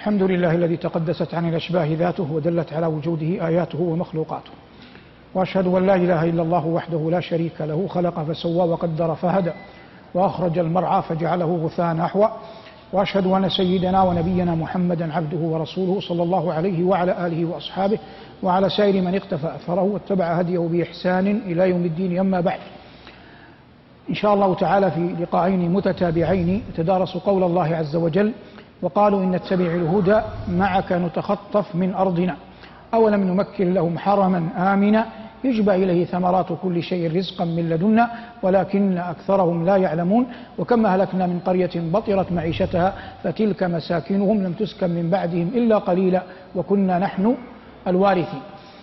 الحمد لله الذي تقدست عن الأشباه ذاته ودلت على وجوده آياته ومخلوقاته، وأشهد أن لا إله إلا الله وحده لا شريك له، خلق فسوى وقدر فهدى وأخرج المرعى فجعله غثاء نحوا، وأشهد أن سيدنا ونبينا محمدا عبده ورسوله صلى الله عليه وعلى آله وأصحابه وعلى سائر من اقتفى أثره واتبع هديه بإحسان إلى يوم الدين. أما بعد، إن شاء الله تعالى في لقاءين متتابعين تدارس قول الله عز وجل: وقالوا إن نتبع الهدى معك نتخطف من أرضنا أولم نمكن لهم حرما آمنا يجبى إليه ثمرات كل شيء رزقا من لدنا ولكن أكثرهم لا يعلمون وكم أهلكنا من قرية بطرت معيشتها فتلك مساكنهم لم تسكن من بعدهم إلا قليلا وكنا نحن الوارثين.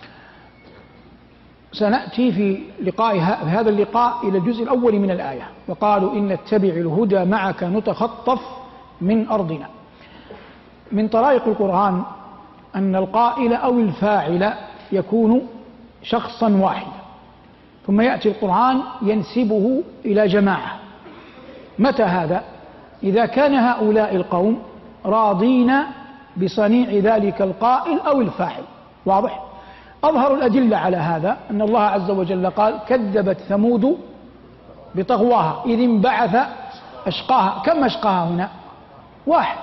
سنأتي في هذا اللقاء إلى الجزء الأول من الآية: وقالوا إن نتبع الهدى معك نتخطف من أرضنا. من طرائق القرآن أن القائل أو الفاعل يكون شخصا واحدا، ثم يأتي القرآن ينسبه إلى جماعة. متى هذا؟ إذا كان هؤلاء القوم راضين بصنيع ذلك القائل أو الفاعل. واضح؟ أظهر الأدلة على هذا أن الله عز وجل قال: كذبت ثمود بطغواها إذ انبعث أشقاها. كم أشقاها هنا؟ واحد.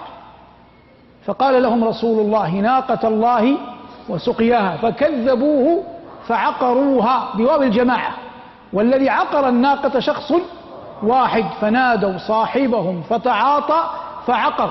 فقال لهم رسول الله: ناقة الله وسقياها، فكذبوه فعقروها بواو الجماعة، والذي عقر الناقة شخص واحد، فنادوا صاحبهم فتعاطى فعقر.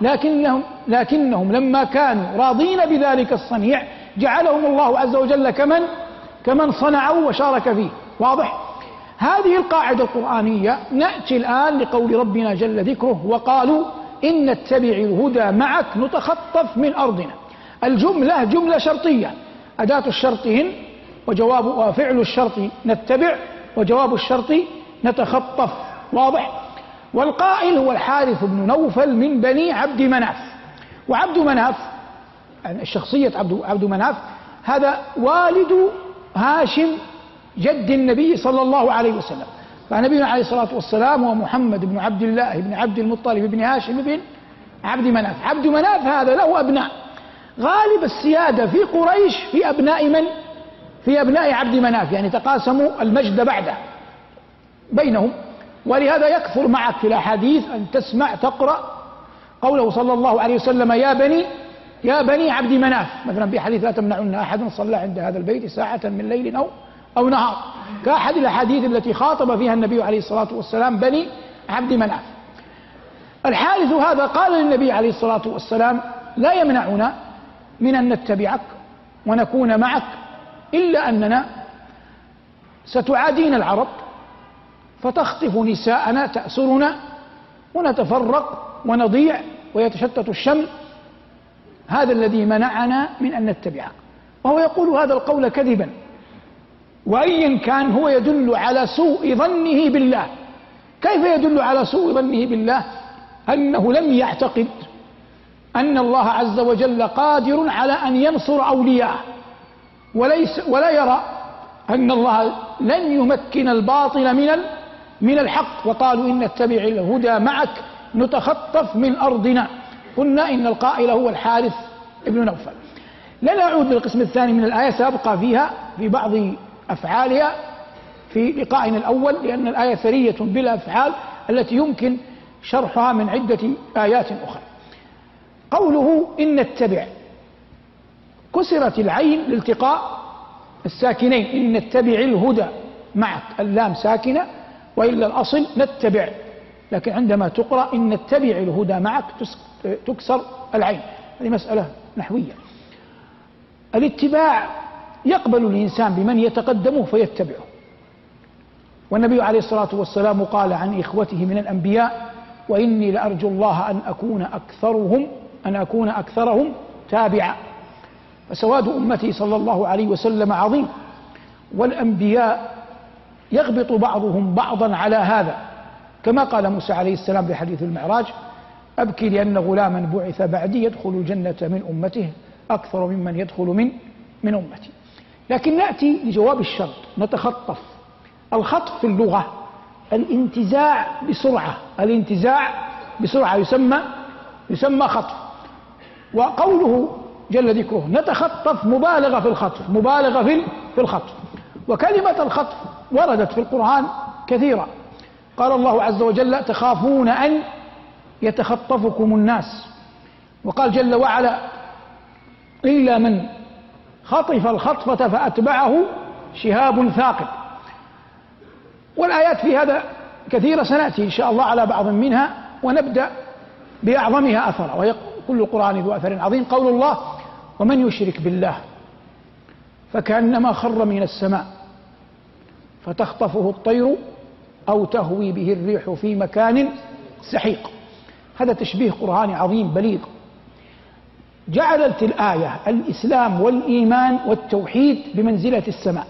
لكنهم لما كانوا راضين بذلك الصنيع جعلهم الله عز وجل كمن صنعوا وشارك فيه. واضح؟ هذه القاعدة القرآنية. نأتي الآن لقول ربنا جل ذكره: وقالوا إن نتبع الهدى معك نتخطف من أرضنا. الجملة جملة شرطية، أداة الشرط هن، وفعل الشرط نتبع، وجواب الشرط نتخطف. واضح؟ والقائل هو الحارث بن نوفل من بني عبد مناف. وعبد مناف، الشخصية عبد مناف، هذا والد هاشم جد النبي صلى الله عليه وسلم. فنبينا عليه الصلاة والسلام هو محمد بن عبد الله بن عبد المطلب بن هاشم بن عبد مناف. عبد مناف هذا له أبناء، غالب السيادة في قريش في أبناء من؟ في أبناء عبد مناف، يعني تقاسموا المجد بعده بينهم. ولهذا يكثر معك في الأحاديث أن تسمع تقرأ قوله صلى الله عليه وسلم: يا بني عبد مناف، مثلا في حديث: لا تمنعن أحد صلى عند هذا البيت ساعة من ليل أو نهار، كأحد الأحاديث التي خاطب فيها النبي عليه الصلاة والسلام بني عبد مناف. الحارث هذا قال للنبي عليه الصلاة والسلام: لا يمنعنا من أن نتبعك ونكون معك إلا أننا ستعادين العرب فتخطف نساءنا تأسرنا ونتفرق ونضيع ويتشتت الشمل، هذا الذي منعنا من أن نتبعك. وهو يقول هذا القول كذبا، وأيا كان هو يدل على سوء ظنه بالله. كيف يدل على سوء ظنه بالله؟ أنه لم يعتقد أن الله عز وجل قادر على أن ينصر أولياءه، ولا يرى أن الله لن يمكن الباطل من الحق. وقالوا إن نتبع الهدى معك نتخطف من أرضنا. قلنا إن القائل هو الحارث ابن نوفل. لا نعود للقسم الثاني من الآية، سأبقى فيها في بعض أفعالها في لقائنا الأول، لأن الآية ثرية بالأفعال التي يمكن شرحها من عدة آيات أخرى. قوله إن نتبع، كسرت العين لالتقاء الساكنين، إن نتبع الهدى معك، اللام ساكنة وإلا الأصل نتبع، لكن عندما تقرأ إن نتبع الهدى معك تكسر العين. هذه مسألة نحوية. الاتباع يقبل الإنسان بمن يتقدمه فيتبعه، والنبي عليه الصلاة والسلام قال عن إخوته من الأنبياء: وإني لأرجو الله أن أكون أكثرهم تابعا. فسواد أمتي صلى الله عليه وسلم عظيم، والأنبياء يغبط بعضهم بعضا على هذا، كما قال موسى عليه السلام في حديث المعراج: أبكي لأن غلاما بعث بعدي يدخل الجنة من أمته أكثر ممن يدخل من أمتي. لكن نأتي لجواب الشرط: نتخطف. الخطف في اللغة الانتزاع بسرعة، يسمى خطف. وقوله جل ذكره نتخطف مبالغة في الخطف، مبالغة في الخطف. وكلمة الخطف وردت في القرآن كثيرا. قال الله عز وجل تخافون أن يتخطفكم الناس، وقال جل وعلا إلا من خطف الخطفة فأتبعه شهاب ثاقب. والآيات في هذا كثيرة، سنأتي إن شاء الله على بعض منها ونبدأ بأعظمها أثرا، وهي كل القرآن ذو أثر عظيم. قول الله ومن يشرك بالله فكأنما خر من السماء فتخطفه الطير أو تهوي به الريح في مكان سحيق. هذا تشبيه قرآني عظيم بليغ. جعلت الآية الإسلام والإيمان والتوحيد بمنزلة السماء،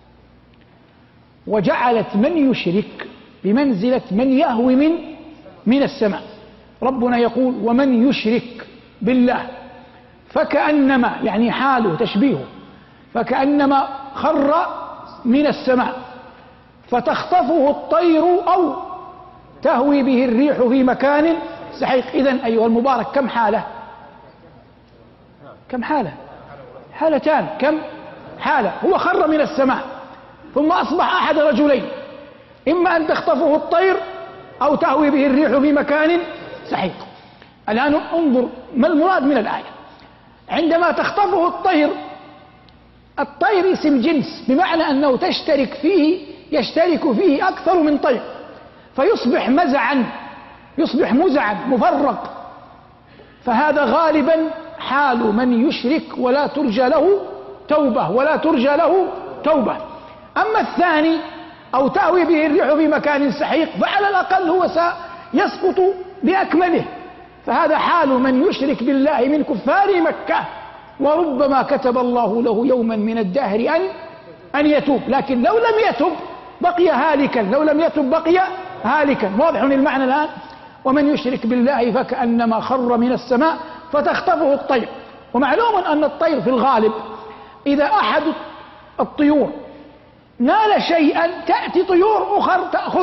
وجعلت من يشرك بمنزلة من يهوي من السماء. ربنا يقول ومن يشرك بالله فكأنما، يعني حاله تشبيهه، فكأنما خر من السماء فتخطفه الطير أو تهوي به الريح في مكان سحيق. إذن أيها المبارك كم حالة؟ كم حالة؟ حالتان. كم حالة؟ هو خر من السماء ثم أصبح أحد رجلين، إما أن تخطفه الطير أو تهوي به الريح في مكان سحيق. الآن انظر ما المراد من الآية. عندما تخطفه الطير، الطير اسم جنس، بمعنى أنه يشترك فيه أكثر من طير، فيصبح مزعا، يصبح مزعا مفرق. فهذا غالبا حال من يشرك ولا ترجى له توبة، ولا ترجى له توبة. أما الثاني أو تهوي به الريح في مكان سحيق فعلى الأقل هو سيسقط بأكمله. فهذا حال من يشرك بالله من كفار مكة، وربما كتب الله له يوما من الدهر أن يتوب، لكن لو لم يتب بقي هالكا، لو لم يتب بقي هالكا. واضح المعنى الآن؟ ومن يشرك بالله فكأنما خر من السماء فتخطفه الطير. ومعلوم أن الطير في الغالب إذا أحد الطيور نال شيئا تأتي طيور أخر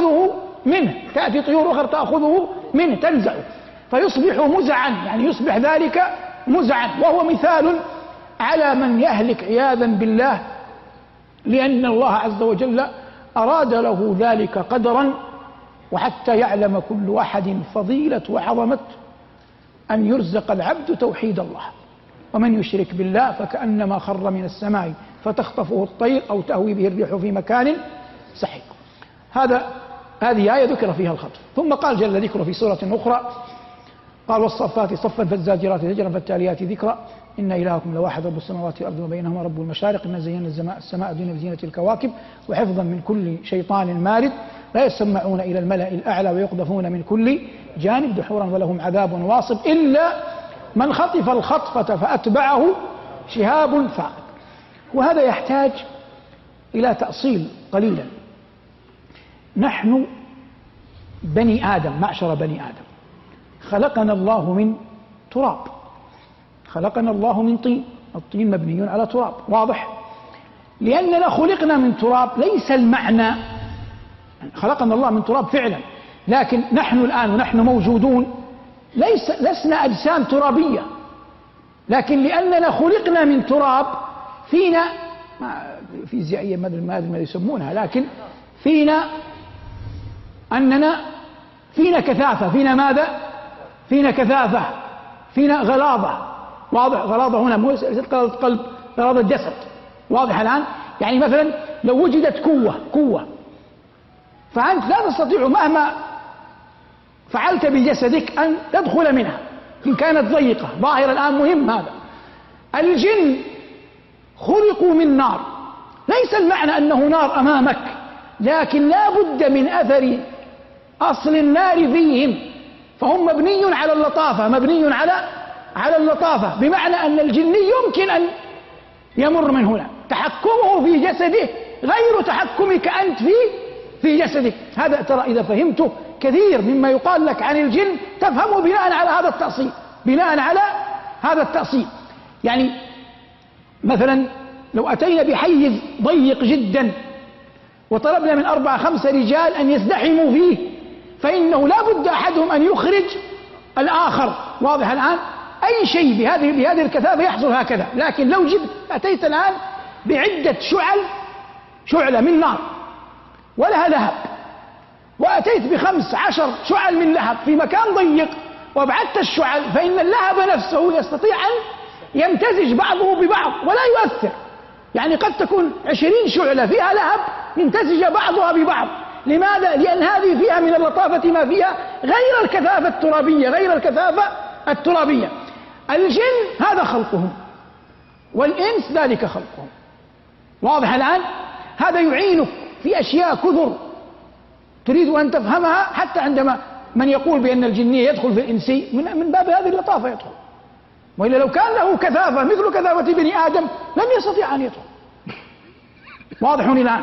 تأخذه منه، تنزعه فيصبح مزعا، يعني يصبح ذلك مزعا. وهو مثال على من يهلك عياذا بالله، لأن الله عز وجل أراد له ذلك قدرا، وحتى يعلم كل أحد فضيلة وعظمة أن يرزق العبد توحيد الله. ومن يشرك بالله فكأنما خر من السماء فتخطفه الطير أو تهوي به الريح في مكان سحيق. هذه آية ذكر فيها الخطف. ثم قال جل ذكره في سورة أخرى قال والصفات صفا فالزاجرات زجرا فالتاليات ذكرا إن إلهكم لواحد رب السماوات والأرض وبينهما رب المشارق إنا زينا السماء الدنيا بزينة الكواكب وحفظا من كل شيطان مارد لا يسمعون إلى الملأ الأعلى ويقذفون من كل جانب دحورا ولهم عذاب واصب إلا من خطف الخطفة فأتبعه شهاب ثاقب. وهذا يحتاج إلى تأصيل قليلا. نحن بني آدم، معشر بني آدم، خلقنا الله من تراب، خلقنا الله من طين، الطين مبني على تراب، واضح؟ لأننا خلقنا من تراب ليس المعنى خلقنا الله من تراب فعلا، لكن نحن الآن ونحن موجودون لسنا أجسام ترابية، لكن لأننا خلقنا من تراب فينا فيزيائيا ما أدري ما يسمونها، لكن فينا أننا فينا كثافة، فينا ماذا؟ فينا كثافة، فينا غلاظة، واضح؟ غلاظة هنا مو قلب، غلاظة الجسد، واضح الآن؟ يعني مثلا لو وجدت قوة فأنت لا تستطيع مهما فعلت بجسدك أن تدخل منها إن كانت ضيقة. ظاهر الآن مهم هذا. الجن خلقوا من نار، ليس المعنى أنه نار أمامك، لكن لا بد من أثر أصل النار فيهم، فهم مبني على اللطافة، مبني على اللطافة، بمعنى أن الجن يمكن أن يمر من هنا، تحكمه في جسده غير تحكمك أنت في جسدك. هذا ترى إذا فهمته كثير مما يقال لك عن الجن تفهمه بناء على هذا التأصيل، بناء على هذا التأصيل. يعني مثلا لو أتينا بحيز ضيق جدا وطلبنا من 4-5 رجال أن يزدحموا فيه، فإنه لا بد أحدهم أن يخرج الآخر، واضح الآن؟ أي شيء بهذه الكثافة يحصل هكذا. لكن لو أتيت الآن بعدة شعلة من نار ولها لهب، وأتيت ب15 شعل من لهب في مكان ضيق وابعدت الشعل، فإن اللهب نفسه يستطيع أن يمتزج بعضه ببعض ولا يؤثر. يعني قد تكون 20 شعلة فيها لهب يمتزج بعضها ببعض. لماذا؟ لأن هذه فيها من اللطافة ما فيها غير الكثافة الترابية. الجن هذا خلقهم، والإنس ذلك خلقهم. واضح الآن؟ هذا يعينك في أشياء كثر تريد أن تفهمها، حتى عندما من يقول بأن الجنية يدخل في الإنسي من باب هذه اللطافة يدخل، وإلا لو كان له كثافة مثل كثافة بني آدم لم يستطيع أن يدخل. واضح الآن؟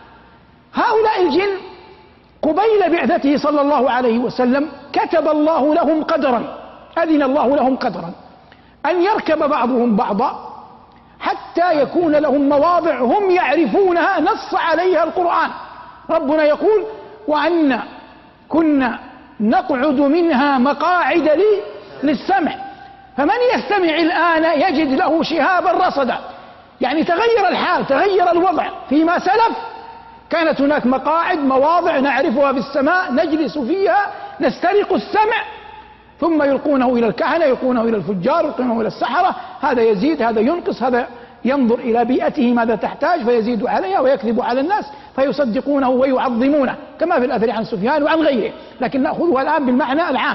هؤلاء الجن قبيل بعثته صلى الله عليه وسلم كتب الله لهم قدرا، أذن الله لهم قدرا أن يركب بعضهم بعضا حتى يكون لهم مواضع هم يعرفونها نص عليها القرآن. ربنا يقول: وأن كنا نقعد منها مقاعد للسمع فمن يستمع الآن يجد له شهابا رصدا. يعني تغير الحال، تغير الوضع. فيما سلف كانت هناك مقاعد، مواضع نعرفها في السماء نجلس فيها نسترق السمع، ثم يلقونه إلى الكهنة، يلقونه إلى الفجار، يلقونه إلى السحرة. هذا يزيد، هذا ينقص، هذا ينظر إلى بيئته ماذا تحتاج فيزيد عليها ويكذب على الناس فيصدقونه ويعظمونه، كما في الأثر عن سفيان وعن غيره، لكن نأخذها الآن بالمعنى العام.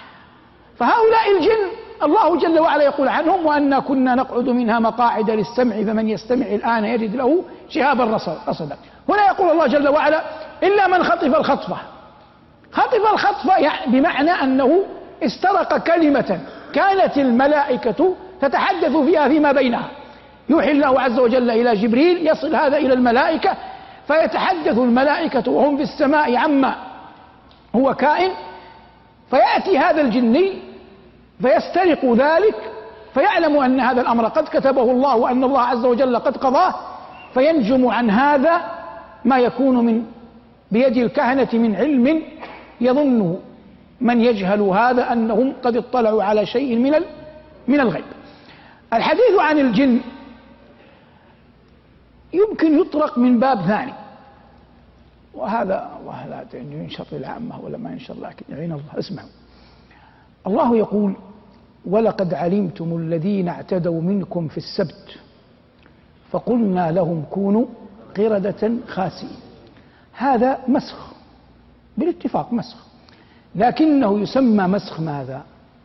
فهؤلاء الجن الله جل وعلا يقول عنهم: وأنا كنا نقعد منها مقاعد للسمع فمن يستمع الآن يجد له شهابا رصدا. هنا يقول الله جل وعلا: إلا من خطف الخطفة. خطف الخطفة يعني بمعنى أنه استرق كلمة كانت الملائكة تتحدث فيها فيما بينها، يوحي الله عز وجل إلى جبريل يصل هذا إلى الملائكة، فيتحدث الملائكة وهم في السماء عما هو كائن، فيأتي هذا الجني فيسترق ذلك، فيعلم أن هذا الأمر قد كتبه الله وأن الله عز وجل قد قضاه، فينجم عن هذا ما يكون من بيد الكهنة من علم يظنه من يجهل هذا أنهم قد اطلعوا على شيء من الغيب. الحديث عن الجن يمكن يطرق من باب ثاني، وهذا ينشط العامة ولا ما ينشط، لكن يعين الله. اسمعوا، الله يقول: ولقد علمتم الذين اعتدوا منكم في السبت فقلنا لهم كونوا قردة خاسئين. هذا مسخ بالاتفاق، مسخ، لكنه يسمى مسخ ماذا؟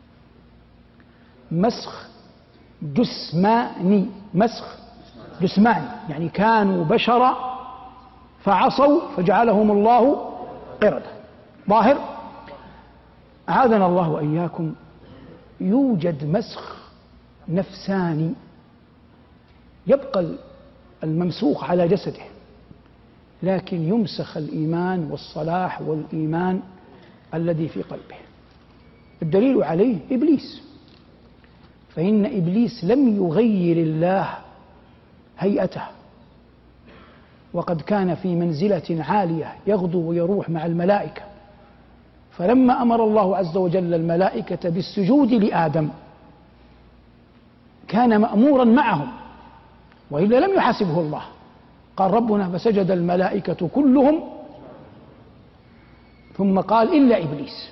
مسخ جسماني. مسخ جسماني يعني كانوا بشرا فعصوا فجعلهم الله قردة. ظاهر؟ أعاذنا الله وإياكم. يوجد مسخ نفساني، يبقى الممسوخ على جسده لكن يمسخ الإيمان والصلاح والإيمان الذي في قلبه. الدليل عليه إبليس، فإن إبليس لم يغير الله هيئته، وقد كان في منزلة عالية يغدو ويروح مع الملائكة، فلما أمر الله عز وجل الملائكة بالسجود لآدم كان مأمورا معهم، وإلا لم يحاسبه الله. قال ربنا: فسجد الملائكة كلهم، ثم قال: إلا إبليس.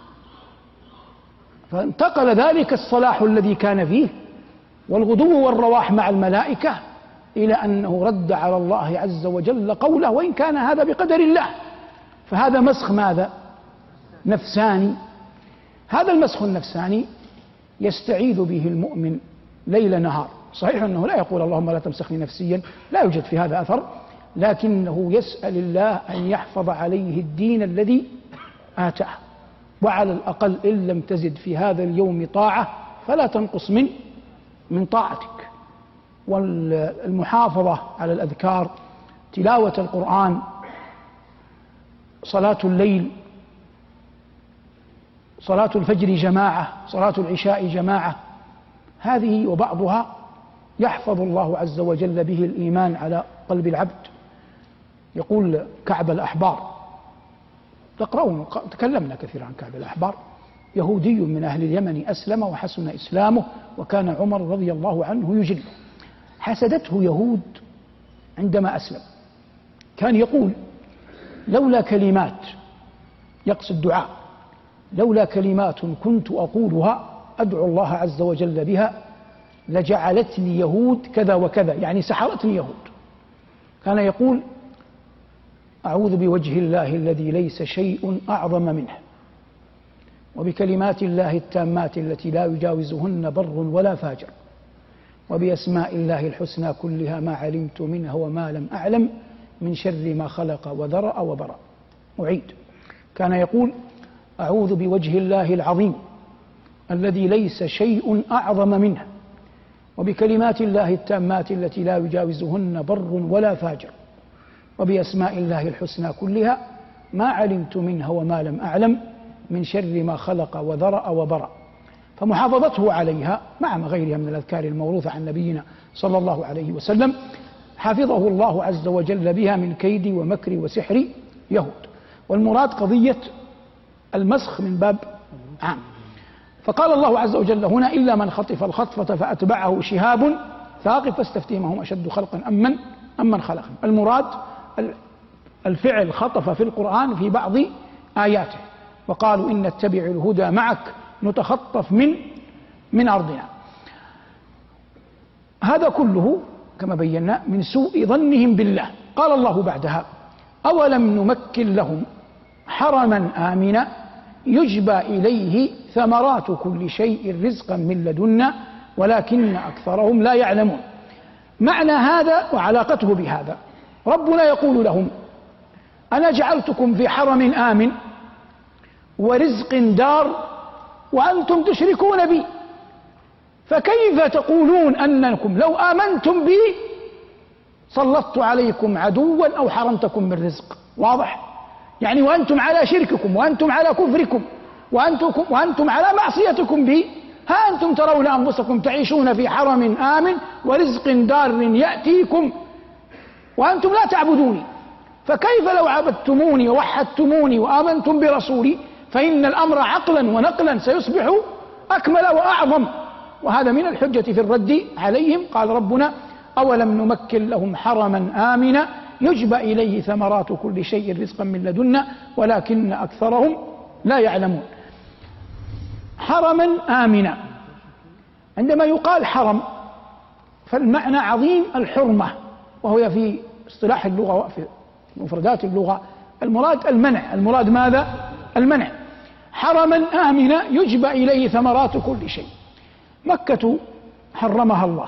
فانتقل ذلك الصلاح الذي كان فيه والغدو والرواح مع الملائكة إلى أنه رد على الله عز وجل قوله، وإن كان هذا بقدر الله. فهذا مسخ ماذا؟ نفساني. هذا المسخ النفساني يستعيذ به المؤمن ليل نهار. صحيح أنه لا يقول اللهم لا تمسخني نفسيا، لا يوجد في هذا أثر، لكنه يسأل الله أن يحفظ عليه الدين الذي آتاه، وعلى الأقل إن لم تزد في هذا اليوم طاعة فلا تنقص من طاعتك. والمحافظة على الأذكار، تلاوة القرآن، صلاة الليل، صلاة الفجر جماعة، صلاة العشاء جماعة، هذه وبعضها يحفظ الله عز وجل به الإيمان على قلب العبد. يقول كعب الأحبار، تقرؤون، تكلمنا كثيرا عن كعب الأحبار، يهودي من أهل اليمن أسلم وحسن إسلامه، وكان عمر رضي الله عنه يجله. حسدته يهود عندما أسلم، كان يقول: لولا كلمات، يقصد دعاء، لولا كلمات كنت أقولها أدعو الله عز وجل بها لجعلتني يهود كذا وكذا، يعني سحرتني يهود. كان يقول: أعوذ بوجه الله الذي ليس شيء أعظم منه، وبكلمات الله التامات التي لا يجاوزهن بر ولا فاجر، وبأسماء الله الحسنى كلها ما علمت منها وما لم أعلم، من شر ما خلق وذرأ وبرأ. أعيد، كان يقول: أعوذ بوجه الله العظيم الذي ليس شيء أعظم منه، وبكلمات الله التامات التي لا يجاوزهن بر ولا فاجر، وبأسماء الله الحسنى كلها ما علمت منها وما لم أعلم، من شر ما خلق وذرأ وبرأ. فمحافظته عليها مع غيرها من الأذكار الموروثة عن نبينا صلى الله عليه وسلم حفظه الله عز وجل بها من كيد ومكر وسحر يهود. والمراد قضية المسخ من باب عام. فقال الله عز وجل هنا: إلا من خطف الخطفة فأتبعه شهاب ثاقب فاستفتهم هم أشد خلقا أم من خلقهم. المراد الفعل خطف في القرآن في بعض آياته، وقالوا إن نتبع الهدى معك نتخطف من أرضنا. هذا كله كما بينا من سوء ظنهم بالله. قال الله بعدها: أولم نمكن لهم حرما آمنا يجبى إليه ثمرات كل شيء رزقا من لدنا ولكن أكثرهم لا يعلمون. معنى هذا وعلاقته بهذا: ربنا يقول لهم: أنا جعلتكم في حرم آمن ورزق دار وأنتم تشركون بي، فكيف تقولون أنكم لو آمنتم بي سلطت عليكم عدوا أو حرمتكم من رزق؟ واضح؟ يعني وأنتم على شرككم وأنتم على كفركم وأنتم على معصيتكم بي، ها أنتم ترون أنفسكم تعيشون في حرم آمن ورزق دار يأتيكم وأنتم لا تعبدوني، فكيف لو عبدتموني ووحدتموني وآمنتم برسولي فإن الأمر عقلا ونقلا سيصبح أكمل وأعظم. وهذا من الحجة في الرد عليهم. قال ربنا: أولم نمكن لهم حرما آمنا يجبى إليه ثمرات كل شيء رزقا من لدنا ولكن أكثرهم لا يعلمون. حرما آمنا، عندما يقال حرم فالمعنى عظيم الحرمة، وهو في اصطلاح اللغة وفي مفردات اللغة المراد المنع. المراد ماذا؟ المنع. حرما آمنا يجبى إليه ثمرات كل شيء. مكة حرمها الله،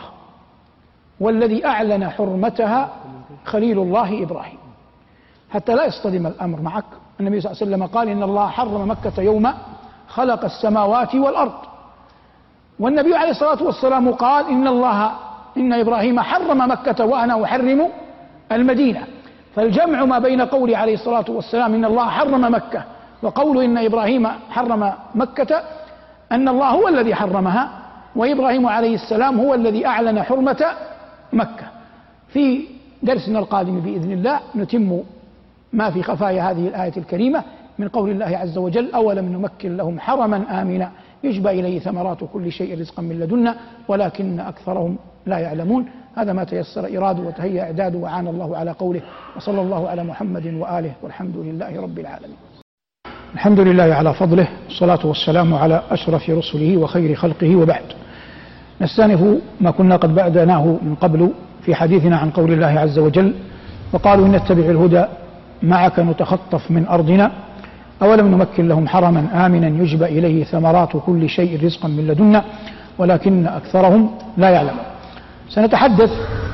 والذي أعلن حرمتها خليل الله إبراهيم. حتى لا يصطدم الأمر معك، النبي صلى الله عليه وسلم قال: إن الله حرم مكة يوم خلق السماوات والأرض. والنبي عليه الصلاة والسلام قال: إن إبراهيم حرم مكة وأنا أحرم المدينة. فالجمع ما بين قول عليه الصلاة والسلام إن الله حرم مكة وقول إن إبراهيم حرم مكة أن الله هو الذي حرمها، وإبراهيم عليه السلام هو الذي أعلن حرمة مكة. في درسنا القادم بإذن الله نتم ما في خفايا هذه الآية الكريمة من قول الله عز وجل: أولم نمكن لهم حرما آمنا يجبى إليه ثمرات كل شيء رزقا من لدنا ولكن أكثرهم لا يعلمون. هذا ما تيسر إراده وتهيأ إعداده وعان الله على قوله، وصلى الله على محمد وآله والحمد لله رب العالمين. الحمد لله على فضله، والصلاة والسلام على أشرف رسله وخير خلقه، وبعد. نستأنف ما كنا قد بدأناه من قبل في حديثنا عن قول الله عز وجل: وقالوا إن نتبع الهدى معك نتخطف من أرضنا أولم نمكن لهم حرما آمنا يجبى إليه ثمرات كل شيء رزقا من لدنا ولكن أكثرهم لا يعلمون. سنتحدث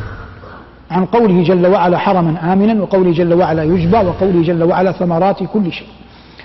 عن قوله جل وعلا حرما آمنا، وقوله جل وعلا يجبى، وقوله جل وعلا ثمرات كل شيء.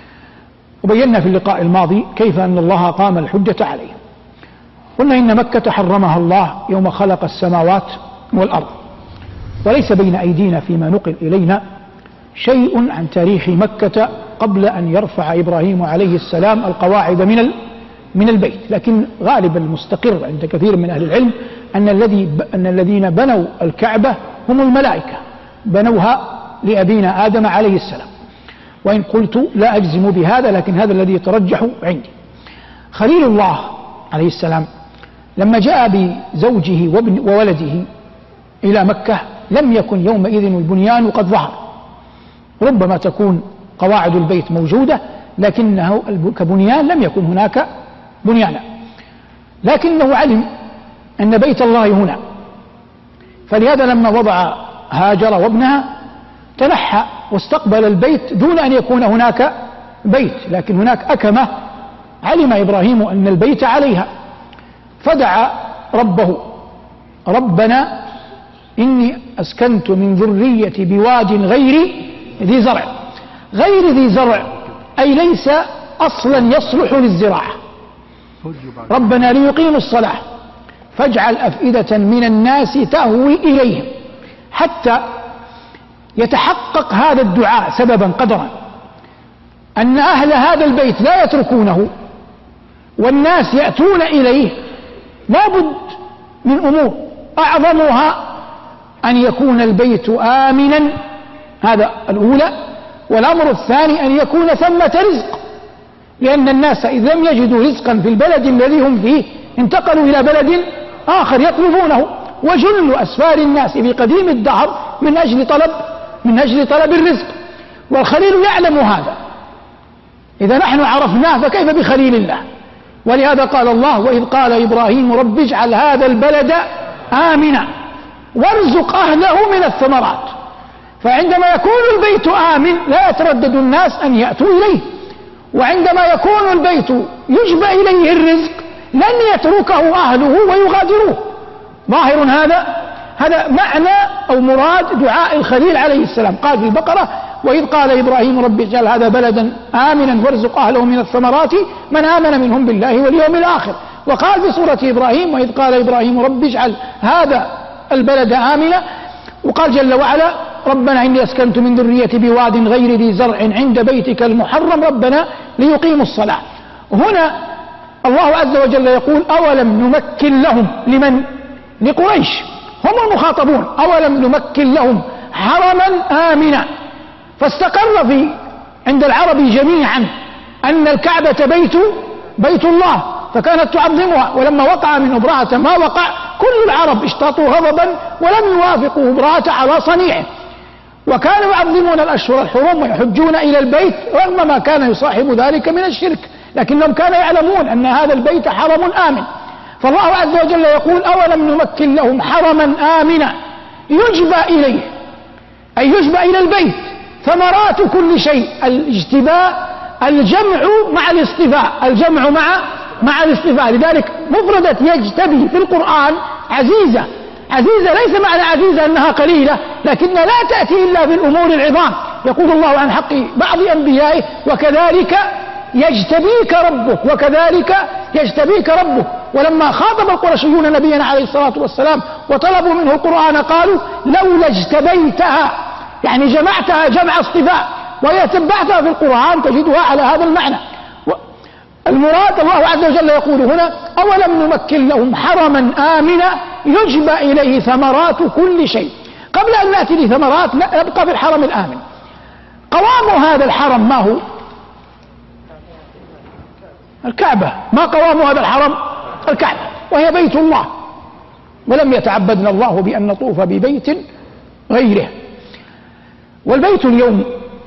وبينا في اللقاء الماضي كيف أن الله قام الحجة عليه. قلنا إن مكة حرمها الله يوم خلق السماوات والأرض، وليس بين أيدينا فيما نقل إلينا شيء عن تاريخ مكة قبل أن يرفع إبراهيم عليه السلام القواعد من البيت. لكن غالب المستقر عند كثير من أهل العلم أن الذين بنوا الكعبة هم الملائكة، بنوها لأبينا آدم عليه السلام، وإن قلت لا أجزم بهذا لكن هذا الذي يترجح عندي. خليل الله عليه السلام لما جاء بزوجه وولده إلى مكة لم يكن يومئذ البنيان قد ظهر، ربما تكون قواعد البيت موجودة لكنه كبنيان لم يكن هناك بنيانا، لكنه علم أن بيت الله هنا، فلهذا لما وضع هاجر وابنها تنحى واستقبل البيت دون أن يكون هناك بيت، لكن هناك أكمة علم إبراهيم أن البيت عليها، فدعا ربه: ربنا إني أسكنت من ذريتي بواد غير ذي زرع. غير ذي زرع أي ليس أصلا يصلح للزراعة. ربنا ليقيموا الصلاة فاجعل أفئدة من الناس تهوي إليهم، حتى يتحقق هذا الدعاء سببا قدرا أن أهل هذا البيت لا يتركونه والناس يأتون إليه. لا بد من أمور أعظمها أن يكون البيت آمنا، هذا الأولى، والأمر الثاني أن يكون ثمة رزق، لأن الناس إذا لم يجدوا رزقا في البلد الذي هم فيه انتقلوا إلى بلد آخر يطلبونه، وجل أسفار الناس في قديم الدهر من أجل طلب الرزق، والخليل يعلم هذا. إذا نحن عرفناه فكيف بخليل الله؟ ولهذا قال الله: وإذ قال إبراهيم رب اجعل هذا البلد آمنا وارزق أهله من الثمرات. فعندما يكون البيت آمن لا يتردد الناس أن يأتوا إليه، وعندما يكون البيت يجبى إليه الرزق لن يتركه أهله ويغادروه. ظاهر هذا معنى أو مراد دعاء الخليل عليه السلام. قال في البقرة: وإذ قال إبراهيم رب اجعل هذا بلدا آمنا وارزق أهله من الثمرات من آمن منهم بالله واليوم الآخر. وقال في سورة إبراهيم: وإذ قال إبراهيم رب اجعل هذا البلد آمنا. وقال جل وعلا: ربنا إني أسكنت من ذريتي بواد غير ذي زرع عند بيتك المحرم ربنا ليقيموا الصلاة. هنا الله عز وجل يقول: أولم نمكن لهم، لمن؟ لقريش، هم المخاطبون. أولم نمكن لهم حرما آمنا، فاستقر عند العرب جميعا أن الكعبة بيت الله، فكانت تعظمها. ولما وقع من أبرهة ما وقع كل العرب اشتاطوا غضبا ولم يوافقوا أبرهة على صنيعه، وكانوا يعظمون الأشهر الحرم ويحجون إلى البيت رغم ما كان يصاحب ذلك من الشرك، لكنهم كانوا يعلمون أن هذا البيت حرم آمن. فالله عز وجل يقول: أولم نمكن لهم حرما آمنا يجبى إليه، أي يجبى إلى البيت ثمرات كل شيء. الاجتباء الجمع مع الاصطفاء، الجمع مع الاصطفاء. لذلك مفردة يجتبي في القرآن عزيزة. ليس معنى عزيزة أنها قليلة، لكنها لا تأتي إلا بالأمور العظام. يقول الله عن حق بعض أنبيائه: وكذلك يجتبيك ربك. ولما خاطب القرشيون نبينا عليه الصلاة والسلام وطلبوا منه القرآن قالوا: لولا اجتبيتها، يعني جمعتها جمع اصطفاء، وإذا تبعتها في القرآن تجدها على هذا المعنى. المراد الله عز وجل يقول هنا: أولم نمكن لهم حرما آمنا يجبى إليه ثمرات كل شيء. قبل أن نأتي لثمرات نبقى في الحرم الآمن. قوام هذا الحرم ما هو؟ الكعبة. ما قوام هذا الحرم؟ الكعبة، وهي بيت الله، ولم يتعبدنا الله بأن نطوف ببيت غيره. والبيت اليوم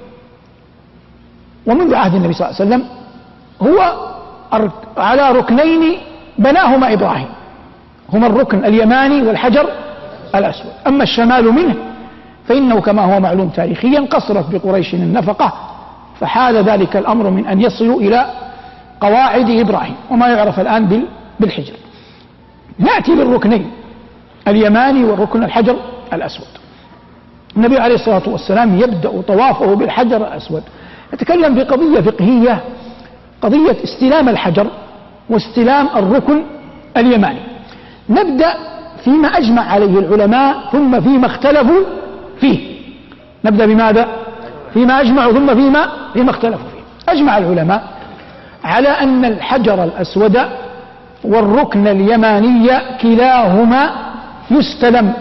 ومنذ عهد النبي صلى الله عليه وسلم هو على ركنين بناهما إبراهيم، هما الركن اليماني والحجر الأسود. أما الشمال منه فإنه كما هو معلوم تاريخيا قصرت بقريش النفقة، فحال ذلك الأمر من أن يصلوا إلى قواعد إبراهيم وما يعرف الآن بالحجر. نأتي للركنين اليماني والركن الحجر الأسود. النبي عليه الصلاة والسلام يبدأ طوافه بالحجر الأسود. يتكلم في قضية فقهية، قضية استلام الحجر واستلام الركن اليماني. نبدأ فيما أجمع عليه العلماء ثم فيما اختلفوا فيه. نبدأ بماذا؟ فيما أجمعوا ثم فيما اختلفوا فيه. أجمع العلماء على أن الحجر الأسود والركن اليماني كلاهما يستلم،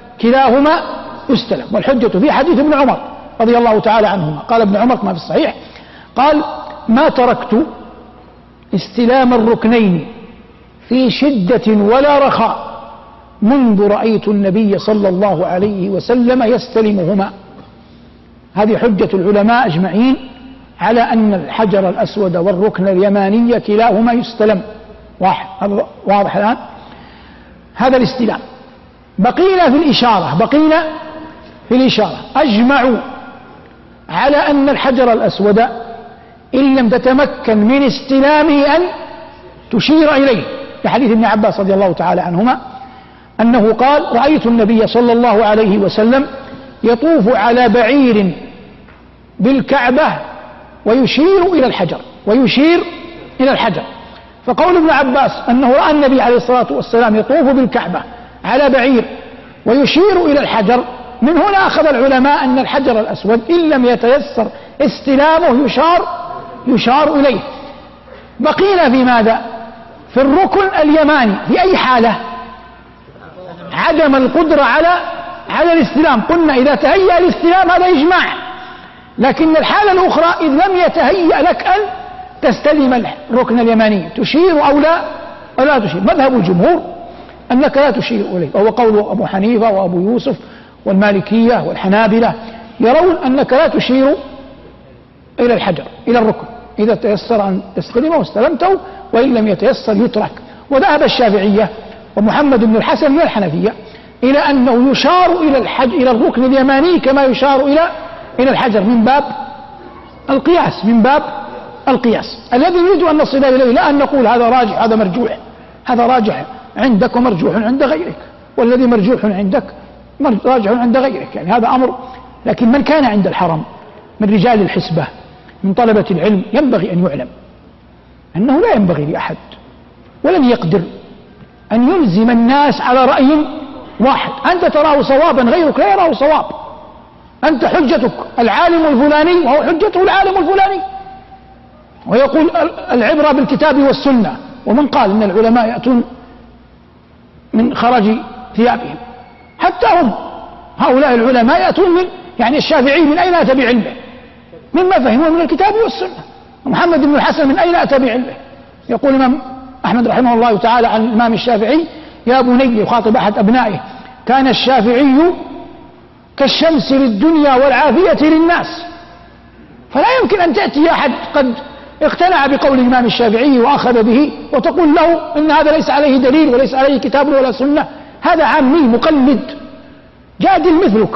والحجة في حديث ابن عمر رضي الله تعالى عنهما. قال ابن عمر كما في الصحيح: قال: ما تركت استلام الركنين في شدة ولا رخاء منذ رأيت النبي صلى الله عليه وسلم يستلمهما. هذه حجة العلماء أجمعين على أن الحجر الأسود والركن اليماني كلاهما يستلم واضح الآن. هذا الاستلام. بقينا في الإشارة أجمعوا على أن الحجر الأسود إن لم تتمكن من استلامه أن تشير إليه، لحديث ابن عباس رضي الله تعالى عنهما أنه قال: رأيت النبي صلى الله عليه وسلم يطوف على بعير بالكعبة ويشير إلى الحجر. فقول ابن عباس أنه رأى النبي عليه الصلاة والسلام يطوف بالكعبة على بعير ويشير إلى الحجر، من هنا أخذ العلماء أن الحجر الأسود إن لم يتيسر استلامه يشار إليه. بقينا في ماذا؟ في الركن اليماني. في أي حالة؟ عدم القدرة على الاستلام. قلنا إذا تهيأ الاستلام هذا إجماع، لكن الحالة الأخرى إذ لم يتهيأ لك أن تستلم الركن اليماني تشير أو لا تشير. مذهب الجمهور أنك لا تشير إليه، وهو قول أبو حنيفة وأبو يوسف والمالكية والحنابلة، يرون أنك لا تشير إلى الحجر، إلى الركن، إذا تيسر أن تستلمه واستلمته، وإن لم يتيسر يترك. وذهب الشافعية ومحمد بن الحسن من الحنفية إلى أنه يشار إلى الركن اليماني كما يشار إلى الحجر من باب القياس الذي نريد أن نصل إليه، لا أن نقول هذا راجح هذا مرجوح. هذا راجح عندك ومرجوح عند غيرك، والذي مرجوح عندك راجح عند غيرك، يعني هذا أمر. لكن من كان عند الحرم من رجال الحسبة من طلبة العلم ينبغي أن يعلم أنه لا ينبغي لأحد ولن يقدر أن يلزم الناس على رأي واحد. أنت تراه صوابا غيرك لا يراه صواب. أنت حجتك العالم الفلاني وهو حجته العالم الفلاني، ويقول العبرة بالكتاب والسنة. ومن قال إن العلماء يأتون من خرج ثيابهم؟ حتى هم هؤلاء العلماء يأتون من، يعني الشافعي من أين أتى بعلمه؟ مما فهمه من الكتاب والسنة. ومحمد بن الحسن من أين أتى بعلمه؟ يقول الإمام أحمد رحمه الله تعالى عن الإمام الشافعي: يا بني، يخاطب أحد أبنائه: كان الشافعي كالشمس للدنيا والعافية للناس. فلا يمكن أن تأتي أحد قد اقتنع بقول الإمام الشافعي وأخذ به وتقول له إن هذا ليس عليه دليل وليس عليه كتاب ولا سنة، هذا عامي مقلد. جادل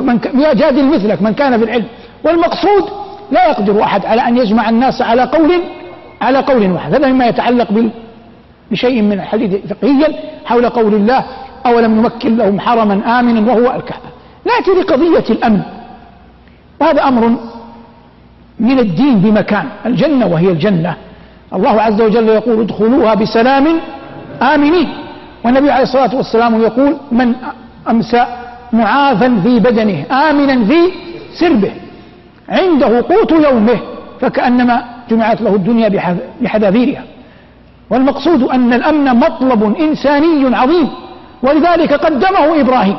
مثلك من كان في العلم. والمقصود لا يقدر أحد على أن يجمع الناس على قول واحد. هذا مما يتعلق بشيء من الحديث فقهيا حول قول الله: أولم نمكن لهم حرما آمنا وهو الكعبة. نأتي لقضية الأمن، وهذا أمر من الدين بمكان. الجنة وهي الجنة، الله عز وجل يقول: ادخلوها بسلام آمنين. والنبي عليه الصلاة والسلام يقول: من أمسى معافا في بدنه آمنا في سربه عنده قوت يومه فكأنما جمعت له الدنيا بحذافيرها. والمقصود أن الأمن مطلب إنساني عظيم، ولذلك قدمه إبراهيم: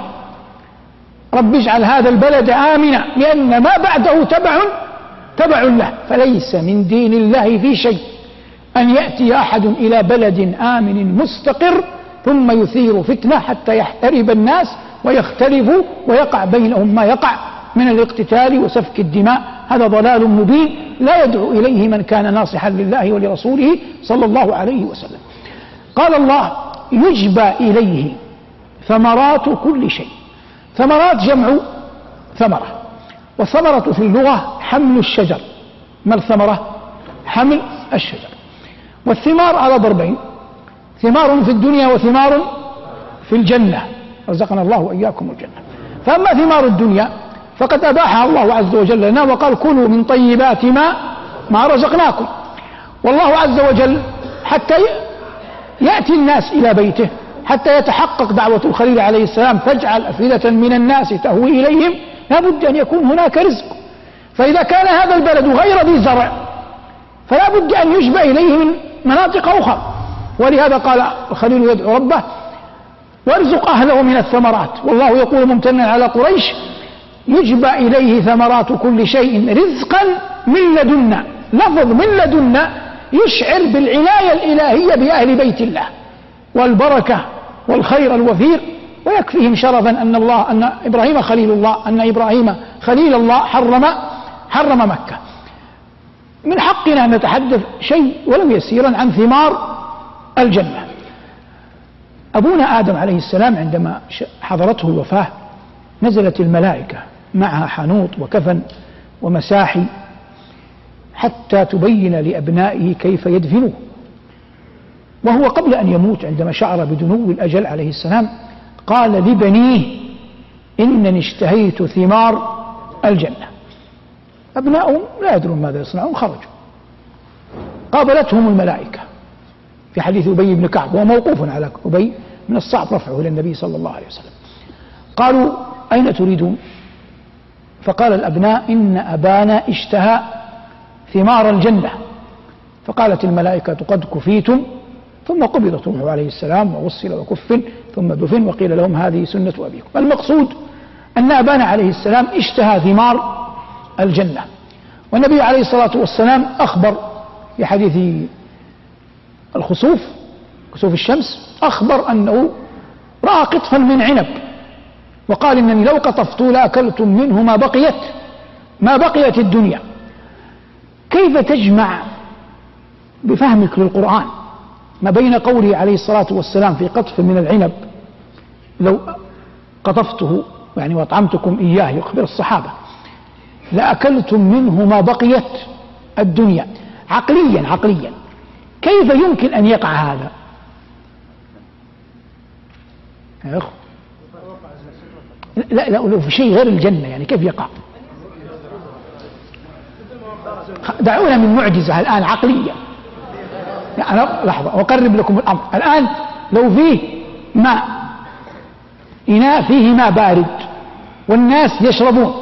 رب اجعل هذا البلد آمنا، لأن ما بعده تبع له. فليس من دين الله في شيء أن يأتي أحد إلى بلد آمن مستقر ثم يثير فتنة حتى يحترب الناس ويختلفوا ويقع بينهم ما يقع من الاقتتال وسفك الدماء. هذا ضلال مبين لا يدعو إليه من كان ناصحا لله ولرسوله صلى الله عليه وسلم. قال الله: يجبى إليه ثمرات كل شيء. ثمرات جمع ثمرة، والثمرة في اللغة حمل الشجر. ما الثمرة؟ حمل الشجر. والثمار على ضربين: ثمار في الدنيا وثمار في الجنة، رزقنا الله وإياكم الجنة. فأما ثمار الدنيا فقد أباحها الله عز وجل لنا وقال: كلوا من طيبات ما رزقناكم. والله عز وجل حتى يأتي الناس إلى بيته، حتى يتحقق دعوة الخليل عليه السلام: فاجعل أفئدة من الناس تهوي إليهم، لا بد أن يكون هناك رزق. فإذا كان هذا البلد غير ذي زرع فلا بد أن يجبى إليه من مناطق أخرى. ولهذا قال الخليل يدعو ربه: وارزق أهله من الثمرات. والله يقول ممتنا على قريش: يجبى إليه ثمرات كل شيء رزقا من لدنا. لفظ من لدنا يشعر بالعناية الإلهية بأهل بيت الله والبركة والخير الوفير، ويكفيهم شرفا أن إبراهيم خليل الله، أن إبراهيم خليل الله حرم مكة. من حقنا أن نتحدث شيء ولو يسيرا عن ثمار الجنة. أبونا آدم عليه السلام عندما حضرته الوفاة نزلت الملائكة معها حنوط وكفن ومساحي حتى تبين لأبنائه كيف يدفنوه. وهو قبل أن يموت عندما شعر بدنو الأجل عليه السلام قال لبنيه: إنني اشتهيت ثمار الجنة. أبنائهم لا يدرون ماذا يصنعون، خرجوا. قابلتهم الملائكة في حديث أبي بن كعب، وهو موقوف على أبي، من الصعب رفعه إلى النبي صلى الله عليه وسلم. قالوا: أين تريدون؟ فقال الأبناء: إن أبانا اشتهى ثمار الجنة. فقالت الملائكة: قد كفيتم. ثم قبضت روحه عليه السلام ووصل وكفن ثم دفن، وقيل لهم: هذه سنة أبيكم. المقصود أن أبانا عليه السلام اشتهى ثمار الجنة. والنبي عليه الصلاة والسلام أخبر في حديث الخسوف، كسوف الشمس، أخبر أنه رأى قطفا من عنب وقال: إنني لو قطفت لأكلتم منه ما بقيت الدنيا. كيف تجمع بفهمك للقرآن ما بين قوله عليه الصلاة والسلام في قطف من العنب لو قطفته يعني وأطعمتكم إياه، يخبر الصحابة، لأكلتم منه ما بقيت الدنيا؟ عقليا كيف يمكن أن يقع هذا يا أخو؟ لا لو في شيء غير الجنة يعني كيف يقع؟ دعونا من معجزة الآن عقلية. يعني أنا لحظة أقرب لكم الأمر. الآن لو فيه ماء، إناء فيه ماء بارد والناس يشربون،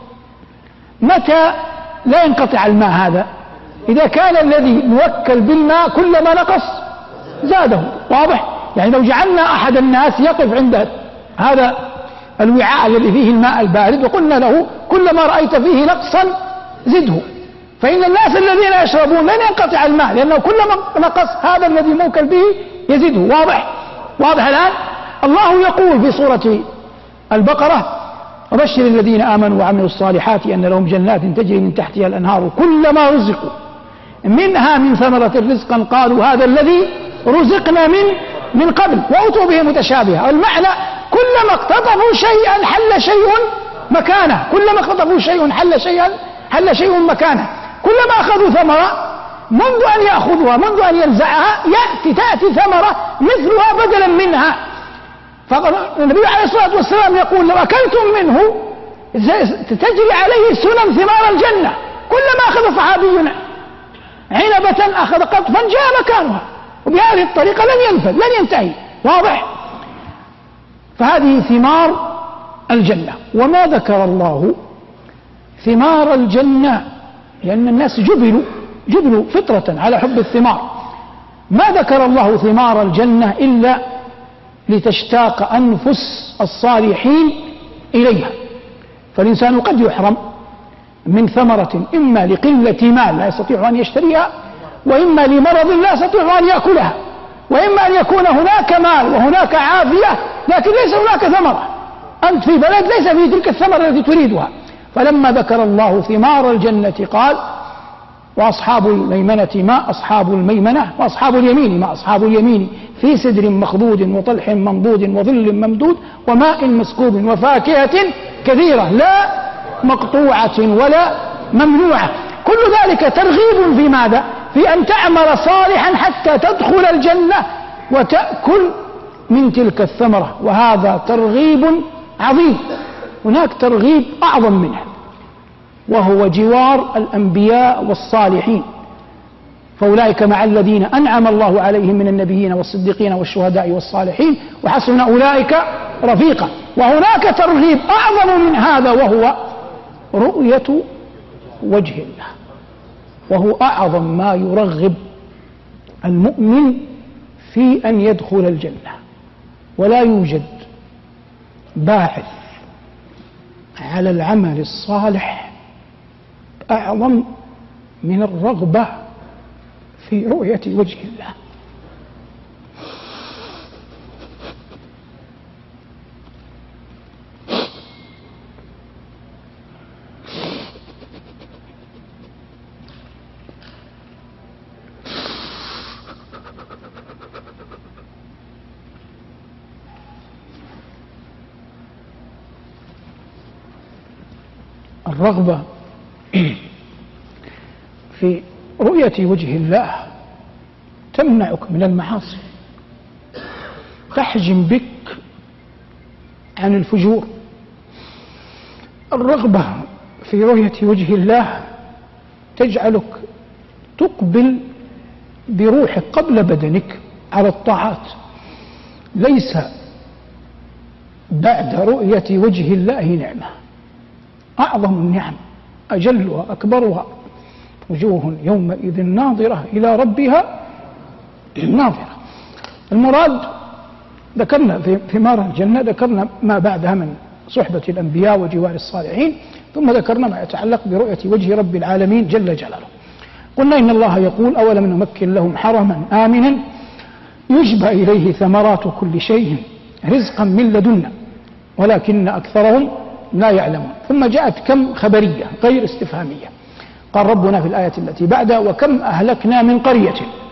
متى لا ينقطع الماء هذا؟ إذا كان الذي موكل بالماء كلما نقص زاده. واضح؟ يعني لو جعلنا أحد الناس يقف عند هذا الوعاء الذي فيه الماء البارد وقلنا له: كلما رأيت فيه نقصا زده، فإن الناس الذين يشربون لن ينقطع الماء، لأنه كلما نقص هذا الذي موكل به يزيده. واضح الآن؟ الله يقول في سورة البقرة: وبشر الذين آمنوا وعملوا الصالحات أن لهم جنات تجري من تحتها الأنهار كلما رزقوا منها من ثمرة رزقا قالوا هذا الذي رزقنا من قبل وأتوا به متشابها. المعنى: كلما اقتطفوا شيئا حل شيء مكانه، كلما اقتطفوا شيء حل شيء مكانه. كلما أخذوا ثمرة منذ أن يأخذها منذ أن ينزعها تأتي ثمرة مثلها بدلا منها. فالنبي عليه الصلاة والسلام يقول: لو أكلتم منه تجري عليه سنن ثمار الجنة. كلما أخذ صحابي عنبة أخذ قطفا جاء مكانها، وبهذه الطريقة لن ينفذ لن ينتهي. واضح؟ فهذه ثمار الجنة. وما ذكر الله ثمار الجنة لأن الناس جبلوا فطرة على حب الثمار. ما ذكر الله ثمار الجنة إلا لتشتاق أنفس الصالحين إليها. فالإنسان قد يحرم من ثمرة إما لقلة مال لا يستطيع أن يشتريها، وإما لمرض لا يستطيع أن يأكلها، وإما أن يكون هناك مال وهناك عافية لكن ليس هناك ثمرة. أنت في بلد ليس فيه تلك الثمرة التي تريدها. فلما ذكر الله ثمار الجنة قال: وأصحاب الميمنة ما أصحاب الميمنة وأصحاب اليمين ما أصحاب اليمين في سدر مخضود وطلح منضود وظل ممدود وماء مسكوب وفاكهة كثيرة لا مقطوعة ولا ممنوعة. كل ذلك ترغيب في ماذا؟ في أن تعمل صالحا حتى تدخل الجنة وتأكل من تلك الثمرة، وهذا ترغيب عظيم. هناك ترغيب أعظم منه، وهو جوار الأنبياء والصالحين، فأولئك مع الذين أنعم الله عليهم من النبيين والصديقين والشهداء والصالحين وحسن أولئك رفيقا. وهناك ترغيب أعظم من هذا، وهو رؤية وجه الله، وهو أعظم ما يرغب المؤمن في أن يدخل الجنة. ولا يوجد باعث على العمل الصالح أعظم من الرغبة في رؤية وجه الله. الرغبة في رؤية وجه الله تمنعك من المعاصي، تحجم بك عن الفجور. الرغبة في رؤية وجه الله تجعلك تقبل بروحك قبل بدنك على الطاعات. ليس بعد رؤية وجه الله نعمة، أعظم النعم أجلها أكبرها، وجوه يومئذ ناظرة إلى ربها ناظرة. المراد ذكرنا في ثمار الجنة، ذكرنا ما بعدها من صحبة الأنبياء وجوار الصالحين، ثم ذكرنا ما يتعلق برؤية وجه رب العالمين جل جلاله. قلنا إن الله يقول: أولم نمكن لهم حرما آمنا يجبى إليه ثمرات كل شيء رزقا من لدنا ولكن أكثرهم لا يعلمون. ثم جاءت كم خبرية غير استفهامية. قال ربنا في الآية التي بعدها: وكم أهلكنا من قرية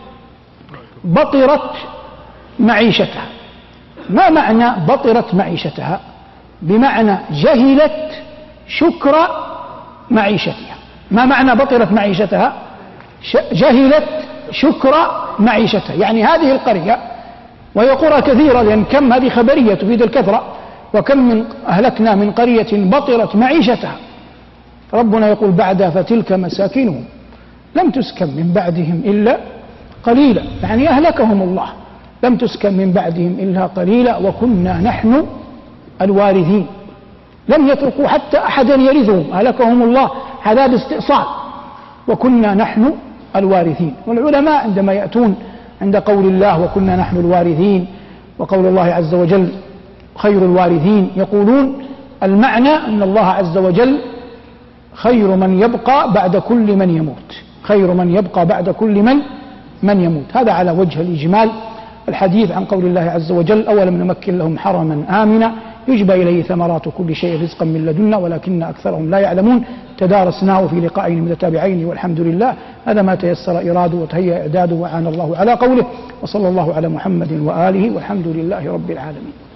بطرت معيشتها. ما معنى بطرت معيشتها؟ بمعنى جهلت شكر معيشتها. ما معنى بطرت معيشتها؟ جهلت شكر معيشتها. يعني هذه القرية، وهي قرى كثيرة، لأن كم هذه خبرية تفيد الكثرة، وكم من أهلكنا من قرية بطرت معيشتها. ربنا يقول بعدها: فتلك مساكنهم لم تسكن من بعدهم إلا قليلا. يعني أهلكهم الله، لم تسكن من بعدهم إلا قليلا، وكنا نحن الوارثين. لم يتركوا حتى أحدا يرثهم، أهلكهم الله عذاب استئصال، وكنا نحن الوارثين. والعلماء عندما يأتون عند قول الله وكنا نحن الوارثين وقول الله عز وجل خير الوارثين، يقولون المعنى أن الله عز وجل خير من يبقى بعد كل من يموت، خير من يبقى بعد كل من يموت. هذا على وجه الإجمال الحديث عن قول الله عز وجل: أولم نمكن لهم حرما آمنا يجبى إليه ثمرات كل شيء رزقا من لدنا ولكن أكثرهم لا يعلمون. تدارسناه في لقاءين متتابعين والحمد لله. هذا ما تيسر إراده وتهيأ إعداده، وعان الله على قوله. وصلى الله على محمد وآله والحمد لله رب العالمين.